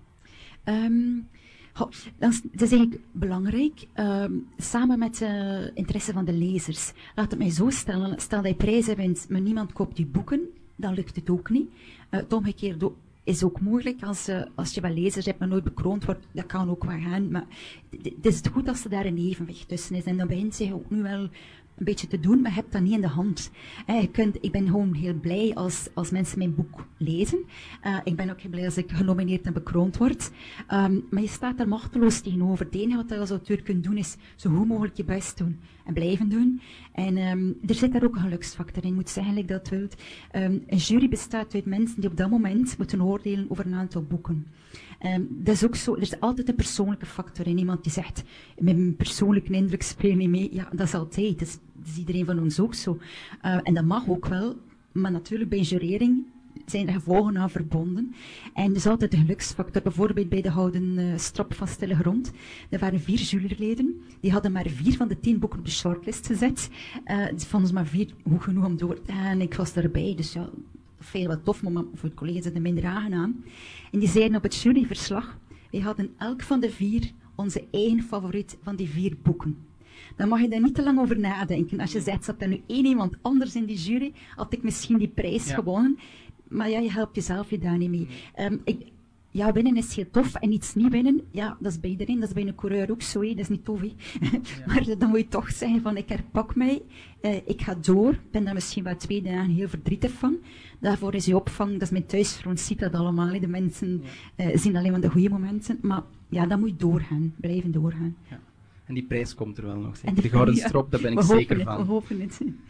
Um, ho, dat, is, dat is eigenlijk belangrijk, um, samen met de uh, interesse van de lezers. Laat het mij zo stellen, stel dat je prijzen wint, maar niemand koopt je boeken, dan lukt het ook niet. Uh, het omgekeerd ook. Is ook moeilijk als, uh, als je wel lezers hebt, maar nooit bekroond wordt. Dat kan ook wel gaan. Maar het is goed als er daar een evenwicht tussen is. En dan begint zich ook nu wel een beetje te doen, maar je hebt dat niet in de hand. Eh, je kunt, ik ben gewoon heel blij als, als mensen mijn boek lezen. Uh, ik ben ook heel blij als ik genomineerd en bekroond word. Um, maar je staat daar machteloos tegenover. Het enige wat je als auteur kunt doen is zo goed mogelijk je best doen. En blijven doen. En um, er zit daar ook een geluksfactor in. Ik moet zeggen, like dat wilt. Um, een jury bestaat uit mensen die op dat moment moeten oordelen over een aantal boeken. Um, dat is ook zo, er is altijd een persoonlijke factor in. Iemand die zegt, met mijn persoonlijke indruk speel niet mee. Ja, dat is altijd. Dat is, dat is iedereen van ons ook zo. Uh, en dat mag ook wel. Maar natuurlijk bij een jurering zijn er gevolgen aan verbonden. En er is altijd een geluksfactor. Bijvoorbeeld bij de Gouden uh, Strop van Stille Grond. Er waren vier juryleden. Die hadden maar vier van de tien boeken op de shortlist gezet. Uh, die vonden ze maar vier goed genoeg om door te gaan. Ik was erbij, dus ja, veel wat tof, maar voor de collega's is het minder aangenaam. En die zeiden op het juryverslag, wij hadden elk van de vier onze eigen favoriet van die vier boeken. Dan mag je daar niet te lang over nadenken. Als je zegt, zat er nu één iemand anders in die jury, had ik misschien die prijs ja. gewonnen. Maar ja, je helpt jezelf je daar niet mee. Um, ik, ja, winnen is heel tof en iets niet winnen, ja, dat is bij iedereen, dat is bij een coureur ook zo, he. Dat is niet tof, he. Ja. Maar dan moet je toch zeggen van, ik herpak mij, uh, ik ga door, ben daar misschien wel twee dagen heel verdrietig van. Daarvoor is je opvang, dat is mijn thuisfront, ziet dat allemaal, he. De mensen ja. uh, zien alleen maar de goede momenten, maar ja, dan moet je doorgaan, blijven doorgaan. Ja. En die prijs komt er wel nog, zeg. De Gouden ja, Strop, daar ben ik zeker het, van. We hopen het. Uh,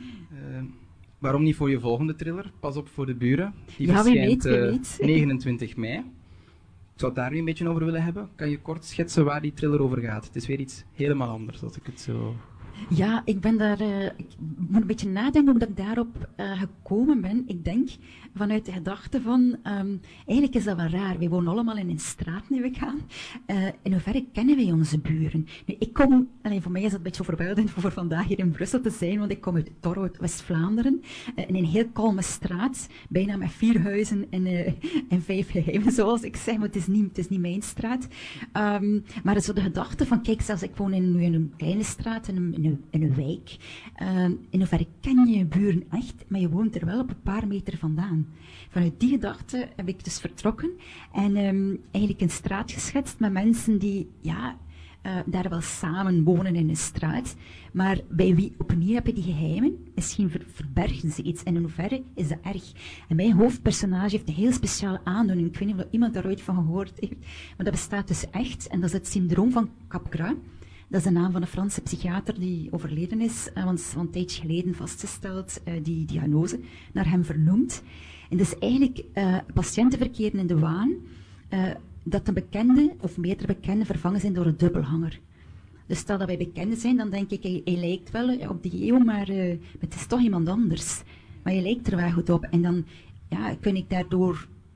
waarom niet voor je volgende thriller, Pas op voor de buren? Die ja, verschijnt wie weet, wie weet. Uh, negenentwintig mei. Ik zou het daar nu een beetje over willen hebben. Kan je kort schetsen waar die thriller over gaat? Het is weer iets helemaal anders, als ik het zo... Ja, ik ben daar... Uh, ik moet een beetje nadenken hoe dat ik daarop uh, gekomen ben. Ik denk vanuit de gedachte van... Um, eigenlijk is dat wel raar. Wij wonen allemaal in een straat, neem ik aan. Uh, in hoeverre kennen wij onze buren? Nu, ik kom... Alleen voor mij is dat een beetje overweldigend voor vandaag hier in Brussel te zijn, want ik kom uit Torhout, West-Vlaanderen. Uh, in een heel kalme straat. Bijna met vier huizen en, uh, en vijf geheimen, zoals ik zeg. Maar het is niet, het is niet mijn straat. Um, maar zo de gedachte van... Kijk, zelfs ik woon in, in een kleine straat, in een, in een in een wijk. Uh, in hoeverre ken je je buren echt, maar je woont er wel op een paar meter vandaan. Vanuit die gedachte heb ik dus vertrokken en um, eigenlijk een straat geschetst met mensen die, ja, uh, daar wel samen wonen in een straat, maar bij wie opnieuw heb je die geheimen? Misschien ver verbergen ze iets en in hoeverre is dat erg? En mijn hoofdpersonage heeft een heel speciale aandoening. Ik weet niet of iemand daar ooit van gehoord heeft, maar dat bestaat dus echt en dat is het syndroom van Capgras. Dat is de naam van een Franse psychiater die overleden is, uh, want is al een tijdje geleden vastgesteld, uh, die diagnose, naar hem vernoemd. En dus eigenlijk, uh, patiënten verkeren in de waan uh, dat een bekende of meerdere bekenden vervangen zijn door een dubbelhanger. Dus stel dat wij bekenden zijn, dan denk ik, hij, hij lijkt wel uh, op die eeuw, maar uh, het is toch iemand anders. Maar je lijkt er wel goed op. En dan ja, kun ik daardoor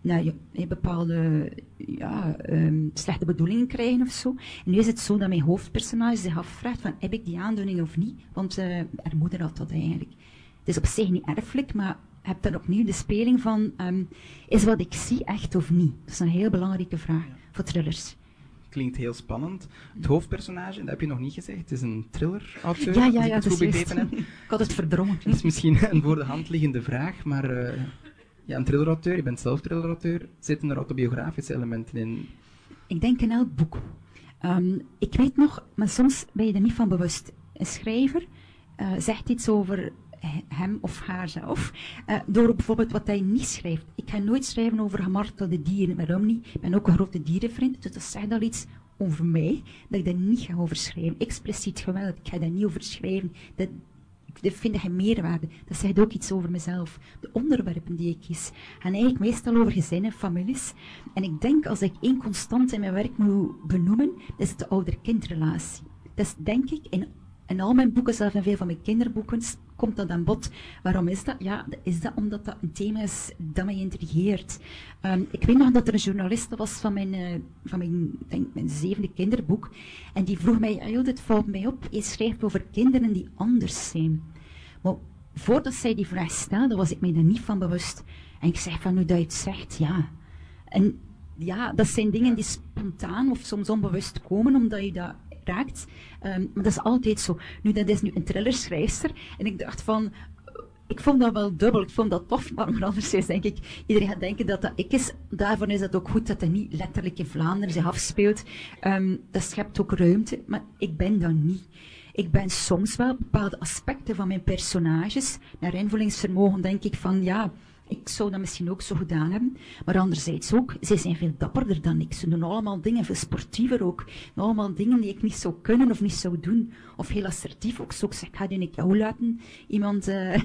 nou, je, je bepaalde ja, um, slechte bedoelingen krijgen of zo. En nu is het zo dat mijn hoofdpersonage zich afvraagt van, heb ik die aandoening of niet? Want uh, haar moeder had dat eigenlijk. Het is op zich niet erfelijk, maar je hebt dan opnieuw de speling van, um, is wat ik zie echt of niet? Dat is een heel belangrijke vraag ja. voor thrillers. Klinkt heel spannend. Het hoofdpersonage, dat heb je nog niet gezegd, het is een thriller-auteur, ja, ja, als ik ja, het goed begrepen heb. Ik had het verdrongen. Dat is misschien een voor de hand liggende vraag, maar uh, ja, een thriller-auteur, je bent zelf thriller-auteur, zitten er autobiografische elementen in? Ik denk in elk boek. Um, ik weet nog, maar soms ben je er niet van bewust. Een schrijver uh, zegt iets over hem of haarzelf, uh, door bijvoorbeeld wat hij niet schrijft. Ik ga nooit schrijven over gemartelde dieren, waarom niet? Ik ben ook een grote dierenvriend, dus dat zegt al iets over mij, dat ik daar niet ga over schrijven. Expliciet geweld, ik ga daar niet over schrijven. Dat, dat vind ik geen meerwaarde. Dat zegt ook iets over mezelf. De onderwerpen die ik kies gaan eigenlijk meestal over gezinnen, families. En ik denk, als ik één constant in mijn werk moet benoemen, is het de ouder-kindrelatie. Dat is, denk ik, in In al mijn boeken, zelfs in veel van mijn kinderboeken, komt dat aan bod. Waarom is dat? Ja, is dat omdat dat een thema is dat mij intrigeert. Um, ik weet nog dat er een journaliste was van mijn, uh, van mijn, denk, mijn zevende kinderboek. En die vroeg mij, ah, dit valt mij op, je schrijft over kinderen die anders zijn. Maar voordat zij die vraag stelde, was ik mij daar niet van bewust. En ik zeg van, hoe dat je het zegt, ja. En ja, dat zijn dingen die spontaan of soms onbewust komen, omdat je dat raakt. Um, maar dat is altijd zo. Nu, dat is nu een thrillerschrijfster. En ik dacht van, ik vond dat wel dubbel. Ik vond dat tof, maar anderzijds denk ik, iedereen gaat denken dat dat ik is. Daarvan is het ook goed dat het niet letterlijk in Vlaanderen zich afspeelt. Um, dat schept ook ruimte, maar ik ben dat niet. Ik ben soms wel bepaalde aspecten van mijn personages, naar invullingsvermogen denk ik van, ja, ik zou dat misschien ook zo gedaan hebben. Maar anderzijds ook, zij zijn veel dapperder dan ik. Ze doen allemaal dingen, veel sportiever ook. Allemaal dingen die ik niet zou kunnen of niet zou doen. Of heel assertief ook. Zo, ik zeg, ga die ik jou laten iemand uh,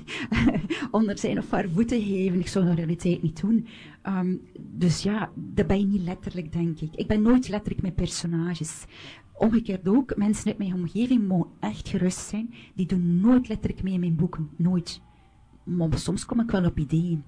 onder zijn of haar voeten geven. Ik zou dat in realiteit niet doen. Um, dus ja, dat ben je niet letterlijk, denk ik. Ik ben nooit letterlijk met personages. Omgekeerd ook, mensen uit mijn omgeving mogen echt gerust zijn. Die doen nooit letterlijk mee in mijn boeken. Nooit. Maar soms kom ik wel op ideeën.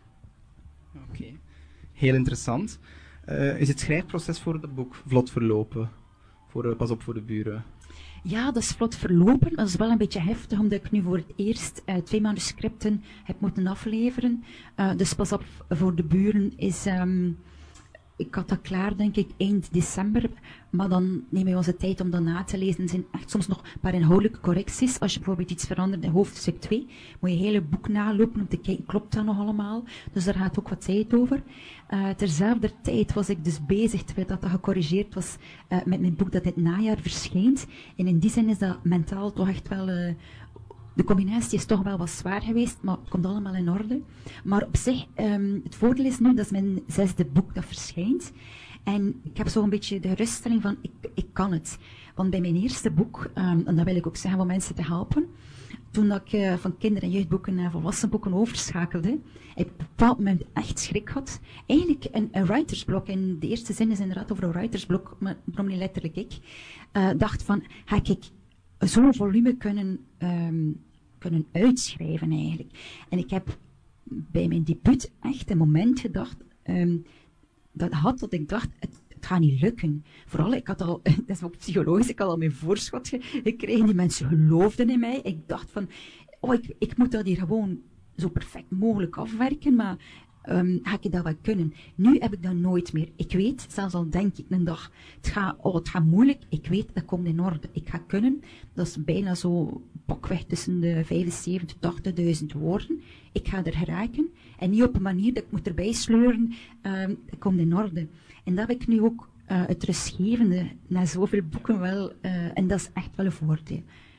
Oké, okay. Heel interessant. Uh, is het schrijfproces voor het boek vlot verlopen? Voor, uh, pas op voor de buren. Ja, dat is vlot verlopen. Dat is wel een beetje heftig, omdat ik nu voor het eerst uh, twee manuscripten heb moeten afleveren. Uh, dus pas op voor de buren is... Um, ik had dat klaar, denk ik, eind december. Maar dan nemen we onze tijd om dat na te lezen. Er zijn echt soms nog een paar inhoudelijke correcties. Als je bijvoorbeeld iets verandert in hoofdstuk twee, moet je het hele boek nalopen om te kijken, klopt dat nog allemaal? Dus daar gaat ook wat tijd over. Uh, terzelfde tijd was ik dus bezig, terwijl dat, dat gecorrigeerd was, uh, met mijn boek dat in het najaar verschijnt. En in die zin is dat mentaal toch echt wel... Uh, De combinatie is toch wel wat zwaar geweest, maar het komt allemaal in orde. Maar op zich, um, het voordeel is nu, dat is mijn zesde boek dat verschijnt. En ik heb zo'n beetje de geruststelling van, ik, ik kan het. Want bij mijn eerste boek, um, en dat wil ik ook zeggen om mensen te helpen, toen dat ik uh, van kinder- en jeugdboeken naar volwassenboeken overschakelde, ik op een bepaald moment echt schrik had. Eigenlijk een, een writersblok, en de eerste zin is inderdaad over een writersblok, maar waarom niet letterlijk ik, uh, dacht van, ga ik zo'n volume kunnen, um, kunnen uitschrijven eigenlijk. En ik heb bij mijn debuut echt een moment gedacht, um, dat had dat ik dacht, het, het gaat niet lukken. Vooral, ik had al, dat is ook psychologisch, ik had al mijn voorschot ge gekregen, die mensen geloofden in mij. Ik dacht van, oh, ik, ik moet dat hier gewoon zo perfect mogelijk afwerken, maar um, ga ik dat wel kunnen? Nu heb ik dat nooit meer. Ik weet, zelfs al denk ik een dag, het gaat, oh, het gaat moeilijk, ik weet, dat komt in orde. Ik ga kunnen, dat is bijna zo pakweg tussen de vijfenzeventig tot tachtigduizend woorden. Ik ga er geraken, en niet op een manier dat ik moet erbij sleuren, um, dat komt in orde. En dat heb ik nu ook uh, het rustgevende, na zoveel boeken wel, uh, en dat is echt wel een voordeel.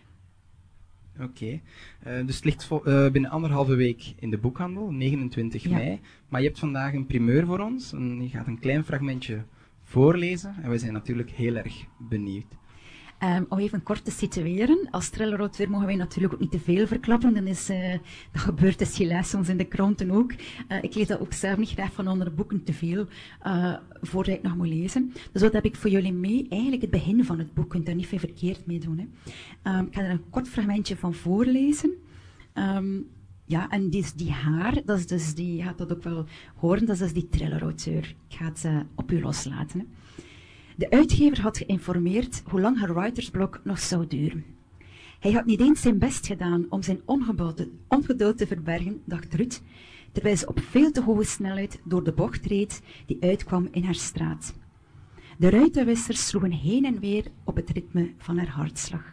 Oké, okay. uh, dus het ligt vo uh, binnen anderhalve week in de boekhandel, negenentwintig mei. Maar je hebt vandaag een primeur voor ons en je gaat een klein fragmentje voorlezen en we zijn natuurlijk heel erg benieuwd. Um, om even kort te situeren, als thrillerauteur mogen wij natuurlijk ook niet te veel verklappen, dan is, uh, dat gebeurt dus helaas soms in de kranten ook. Uh, ik lees dat ook zelf niet graag van andere boeken te veel, uh, voordat ik nog moet lezen. Dus wat heb ik voor jullie mee? Eigenlijk het begin van het boek, je kunt daar niet veel verkeerd mee doen. Hè. Um, ik ga er een kort fragmentje van voorlezen. Um, ja, en die, die haar, dat is dus die, je gaat dat ook wel horen, dat is dus die thriller-auteur. Ik ga het uh, op u loslaten. Hè. De uitgever had geïnformeerd hoe lang haar writersblok nog zou duren. Hij had niet eens zijn best gedaan om zijn ongeduld te verbergen, dacht Ruth, terwijl ze op veel te hoge snelheid door de bocht reed die uitkwam in haar straat. De ruitenwissers sloegen heen en weer op het ritme van haar hartslag.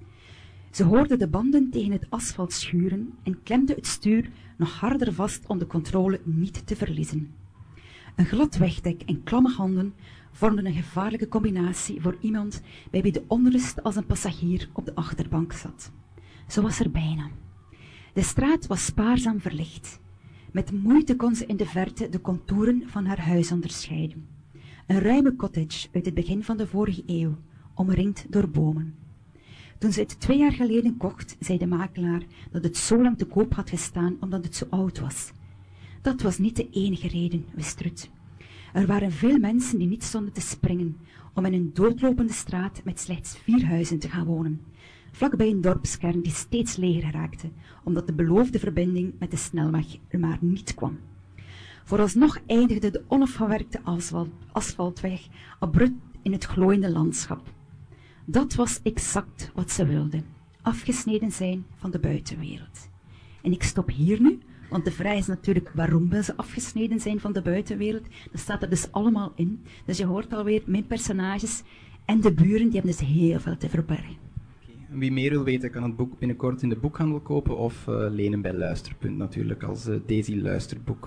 Ze hoorde de banden tegen het asfalt schuren en klemde het stuur nog harder vast om de controle niet te verliezen. Een glad wegdek en klamme handen vormden een gevaarlijke combinatie voor iemand bij wie de onrust als een passagier op de achterbank zat. Zo was er bijna. De straat was spaarzaam verlicht. Met moeite kon ze in de verte de contouren van haar huis onderscheiden. Een ruime cottage uit het begin van de vorige eeuw, omringd door bomen. Toen ze het twee jaar geleden kocht, zei de makelaar dat het zo lang te koop had gestaan omdat het zo oud was. Dat was niet de enige reden, wist Ruth. Er waren veel mensen die niet stonden te springen om in een doodlopende straat met slechts vier huizen te gaan wonen, vlakbij een dorpskern die steeds leger raakte, omdat de beloofde verbinding met de snelweg er maar niet kwam. Vooralsnog eindigde de onafgewerkte asfalt, asfaltweg abrupt in het glooiende landschap. Dat was exact wat ze wilde, afgesneden zijn van de buitenwereld. En ik stop hier nu, want de vraag is natuurlijk waarom wil ze afgesneden zijn van de buitenwereld. Dat staat er dus allemaal in. Dus je hoort alweer, mijn personages en de buren, die hebben dus heel veel te verbergen. Okay. Wie meer wil weten, kan het boek binnenkort in de boekhandel kopen of uh, lenen bij Luisterpunt natuurlijk, als uh, Daisy Luisterboek.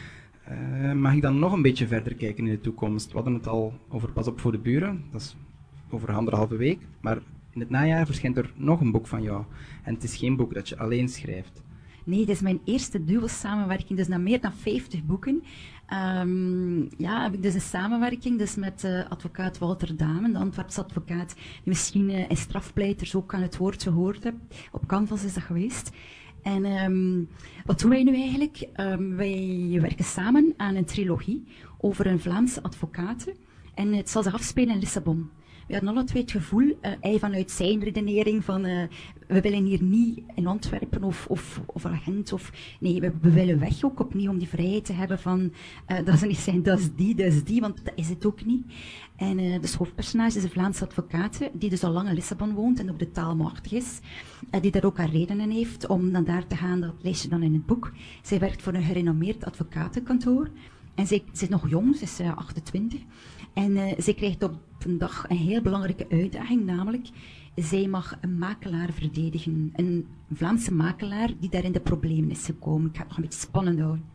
Uh, mag ik dan nog een beetje verder kijken in de toekomst? We hadden het al over Pas op voor de buren, dat is over anderhalve week, maar in het najaar verschijnt er nog een boek van jou. En het is geen boek dat je alleen schrijft. Nee, dit is mijn eerste dubbel samenwerking, dus na meer dan vijftig boeken. Um, ja, heb ik dus een samenwerking dus met uh, advocaat Walter Damen, de Antwerpse advocaat, die misschien uh, in strafpleiters ook aan het woord gehoord hebt. Op Canvas is dat geweest. En um, wat doen wij nu eigenlijk? Um, wij werken samen aan een trilogie over een Vlaamse advocaat. En het zal zich afspelen in Lissabon. We hadden alle twee het gevoel, uh, hij vanuit zijn redenering van uh, we willen hier niet in Antwerpen of, of, of Gent of nee, we, we willen weg ook opnieuw om die vrijheid te hebben van uh, dat ze niet zijn, dat is die, dat is die, want dat is het ook niet. En uh, de hoofdpersonage is een Vlaamse advocaat die dus al lang in Lissabon woont en ook de taal machtig is, uh, die daar ook haar redenen heeft om dan daar te gaan, dat lees je dan in het boek. Zij werkt voor een gerenommeerd advocatenkantoor. En zij, ze is nog jong, ze is uh, achtentwintig. En uh, zij krijgt op een dag een heel belangrijke uitdaging, namelijk zij mag een makelaar verdedigen. Een Vlaamse makelaar die daar in de problemen is gekomen. Ik ga het nog een beetje spannend houden.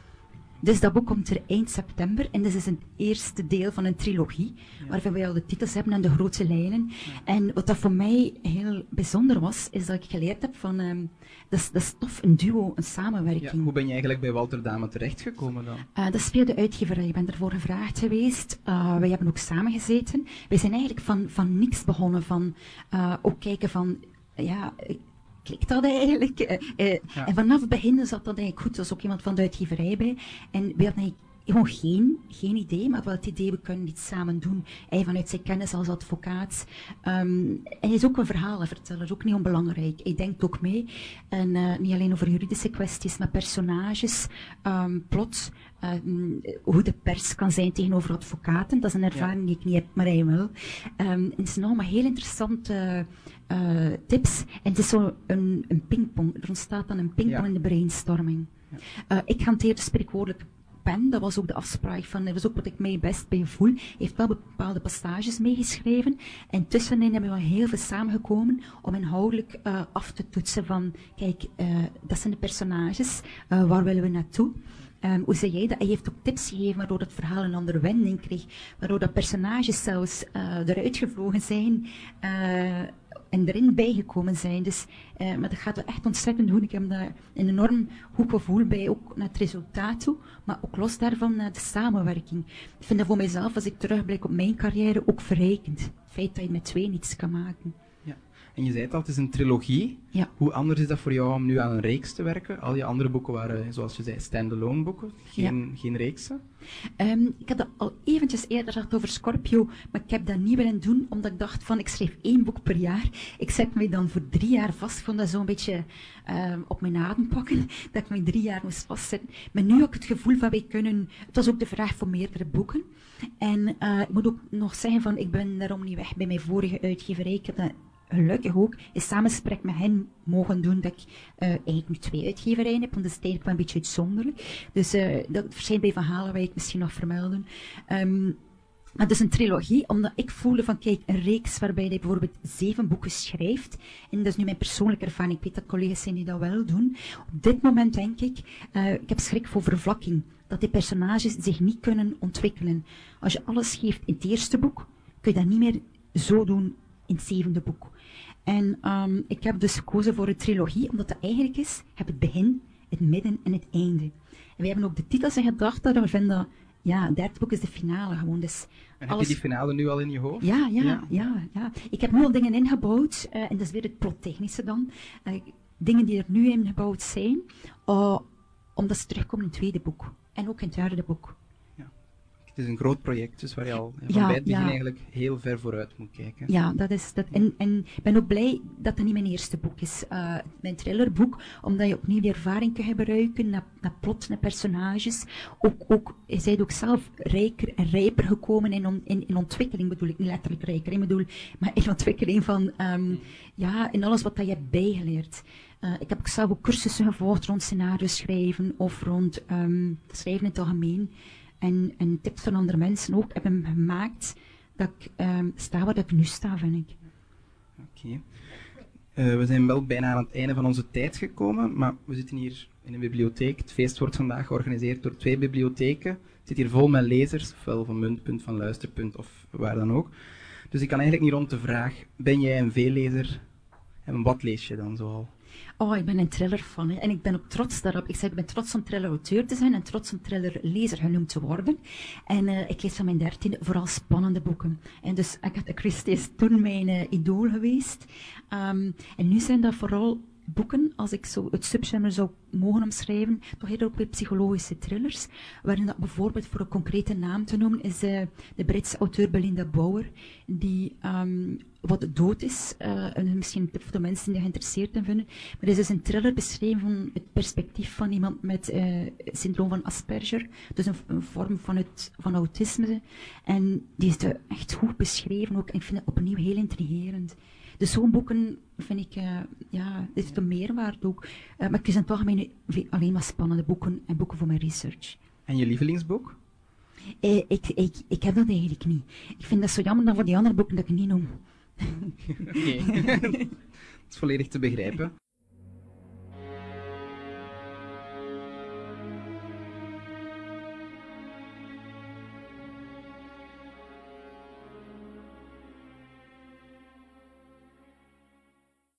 Dus dat boek komt er eind september en dit is het eerste deel van een trilogie, ja, waarvan wij al de titels hebben en de grote lijnen. Ja. En wat dat voor mij heel bijzonder was, is dat ik geleerd heb van, um, dat, is, dat is tof, een duo, een samenwerking. Ja, hoe ben je eigenlijk bij Walter Damen terechtgekomen dan? Uh, dat speelde de uitgeverij, ik ben ervoor gevraagd geweest. Uh, wij hebben ook samengezeten. Wij zijn eigenlijk van, van niks begonnen, van uh, ook kijken van, ja... klikt dat eigenlijk. Uh, uh, ja. En vanaf het begin zat dat eigenlijk goed. Er was ook iemand van de uitgeverij bij. En we hadden eigenlijk gewoon geen, geen idee, maar wel het idee, we kunnen iets samen doen. Hij vanuit zijn kennis als advocaat. Um, en hij is ook een verhalenverteller, ook niet onbelangrijk. Hij denkt ook mee. En uh, niet alleen over juridische kwesties, maar personages, um, plot, um, hoe de pers kan zijn tegenover advocaten. Dat is een ervaring ja. die ik niet heb, maar hij wel. Um, het zijn allemaal heel interessante uh, tips. En het is zo een, een pingpong. Er ontstaat dan een pingpong ja. in de brainstorming. Ja. Uh, ik hanteer de spreekwoordelijke pen, dat was ook de afspraak van, dat was ook wat ik mij best bij voel. Hij heeft wel bepaalde passages meegeschreven en tussenin hebben we heel veel samengekomen om inhoudelijk uh, af te toetsen van, kijk, uh, dat zijn de personages, uh, waar willen we naartoe? Um, hoe zei jij dat? Hij heeft ook tips gegeven waardoor het verhaal een andere wending kreeg, waardoor dat personages zelfs uh, eruit gevlogen zijn, uh, en erin bijgekomen zijn. Dus, uh, maar dat gaat wel echt ontzettend goed. Ik heb daar een enorm goed gevoel bij, ook naar het resultaat toe, maar ook los daarvan naar de samenwerking. Ik vind dat voor mijzelf, als ik terugblik op mijn carrière, ook verrijkend. Het feit dat je met twee iets kan maken. Ja. En je zei het al, het is een trilogie. Ja. Hoe anders is dat voor jou om nu aan een reeks te werken? Al je andere boeken waren, zoals je zei, stand-alone boeken, geen, Ja. geen reeksen. Um, ik had dat al eventjes eerder gehad over Scorpio, maar ik heb dat niet willen doen, omdat ik dacht van, ik schrijf één boek per jaar. Ik zet mij dan voor drie jaar vast. Ik vond dat zo'n beetje um, op mijn adem pakken, dat ik mij drie jaar moest vastzetten. Maar nu heb ik het gevoel van, wij kunnen... Het was ook de vraag voor meerdere boeken. En uh, ik moet ook nog zeggen van, ik ben daarom niet weg bij mijn vorige uitgeverij. Ik heb dat gelukkig ook in samenspraak met hen mogen doen dat ik uh, eigenlijk nu twee uitgeverijen heb, want dat is eigenlijk wel een beetje uitzonderlijk. Dus uh, dat verschijnt bij Van Halenwijk misschien nog vermelden. Um, maar het is een trilogie, omdat ik voelde van, kijk, een reeks waarbij hij bijvoorbeeld zeven boeken schrijft, en dat is nu mijn persoonlijke ervaring, ik weet dat collega's zijn die dat wel doen. Op dit moment denk ik, uh, ik heb schrik voor vervlakking, dat die personages zich niet kunnen ontwikkelen. Als je alles geeft in het eerste boek, kun je dat niet meer zo doen in het zevende boek. En um, ik heb dus gekozen voor een trilogie, omdat het eigenlijk is, je hebt het begin, het midden en het einde. En wij hebben ook de titels in gedachten, dat we vinden, ja, het derde boek is de finale gewoon. Dus en alles... heb je die finale nu al in je hoofd? Ja, ja, ja. ja, ja. Ik heb nu al dingen ingebouwd, uh, en dat is weer het plottechnische dan. Uh, dingen die er nu ingebouwd zijn, uh, omdat ze terugkomen in het tweede boek. En ook in het derde boek. Het is een groot project, dus waar je al van ja, bij het begin ja. eigenlijk heel ver vooruit moet kijken. Ja, dat is dat. En, en ik ben ook blij dat dat niet mijn eerste boek is. Uh, mijn thrillerboek, omdat je opnieuw die ervaring kunt gebruiken, naar, naar plot, naar personages. Ook, ook, je bent ook zelf rijker en rijper gekomen in, on, in, in ontwikkeling, bedoel ik, niet letterlijk rijker, ik bedoel, maar in ontwikkeling van, um, ja, in alles wat dat je hebt bijgeleerd. Uh, ik heb ook zelf ook cursussen gevolgd rond scenario schrijven of rond um, schrijven in het algemeen. En, en tips van andere mensen ook hebben gemaakt dat ik um, sta waar ik nu sta, vind ik. Oké. Okay. Uh, we zijn wel bijna aan het einde van onze tijd gekomen, maar we zitten hier in een bibliotheek. Het feest wordt vandaag georganiseerd door twee bibliotheken. Het zit hier vol met lezers, ofwel van Muntpunt, van Luisterpunt of waar dan ook. Dus ik kan eigenlijk niet rond de vraag, ben jij een veellezer en wat lees je dan zoal? Oh, ik ben een thriller-fan en ik ben ook trots daarop. Ik zeg, ik ben trots om thriller-auteur te zijn en trots om thriller-lezer genoemd te worden. En uh, ik lees van mijn dertiende vooral spannende boeken. En dus Agatha Christie is toen mijn uh, idool geweest. Um, en nu zijn dat vooral boeken, als ik zo het subgenre zou mogen omschrijven, toch eerder ook weer psychologische thrillers, waarin dat bijvoorbeeld, voor een concrete naam te noemen, is uh, de Britse auteur Belinda Bauer, die um, wat dood is, uh, en misschien een tip voor de mensen die geïnteresseerd in vinden, maar er is dus een thriller beschreven van het perspectief van iemand met uh, syndroom van Asperger, dus een, een vorm van, het, van autisme, en die is er echt goed beschreven ook, en ik vind het opnieuw heel intrigerend. Dus zo'n boeken vind ik, uh, ja, dit heeft een meerwaarde ook. Uh, maar ik kies in het algemeen alleen maar spannende boeken en boeken voor mijn research. En je lievelingsboek? Uh, ik, ik, ik heb dat eigenlijk niet. Ik vind dat zo jammer dan voor die andere boeken dat ik niet noem. Oké, okay. Dat is volledig te begrijpen.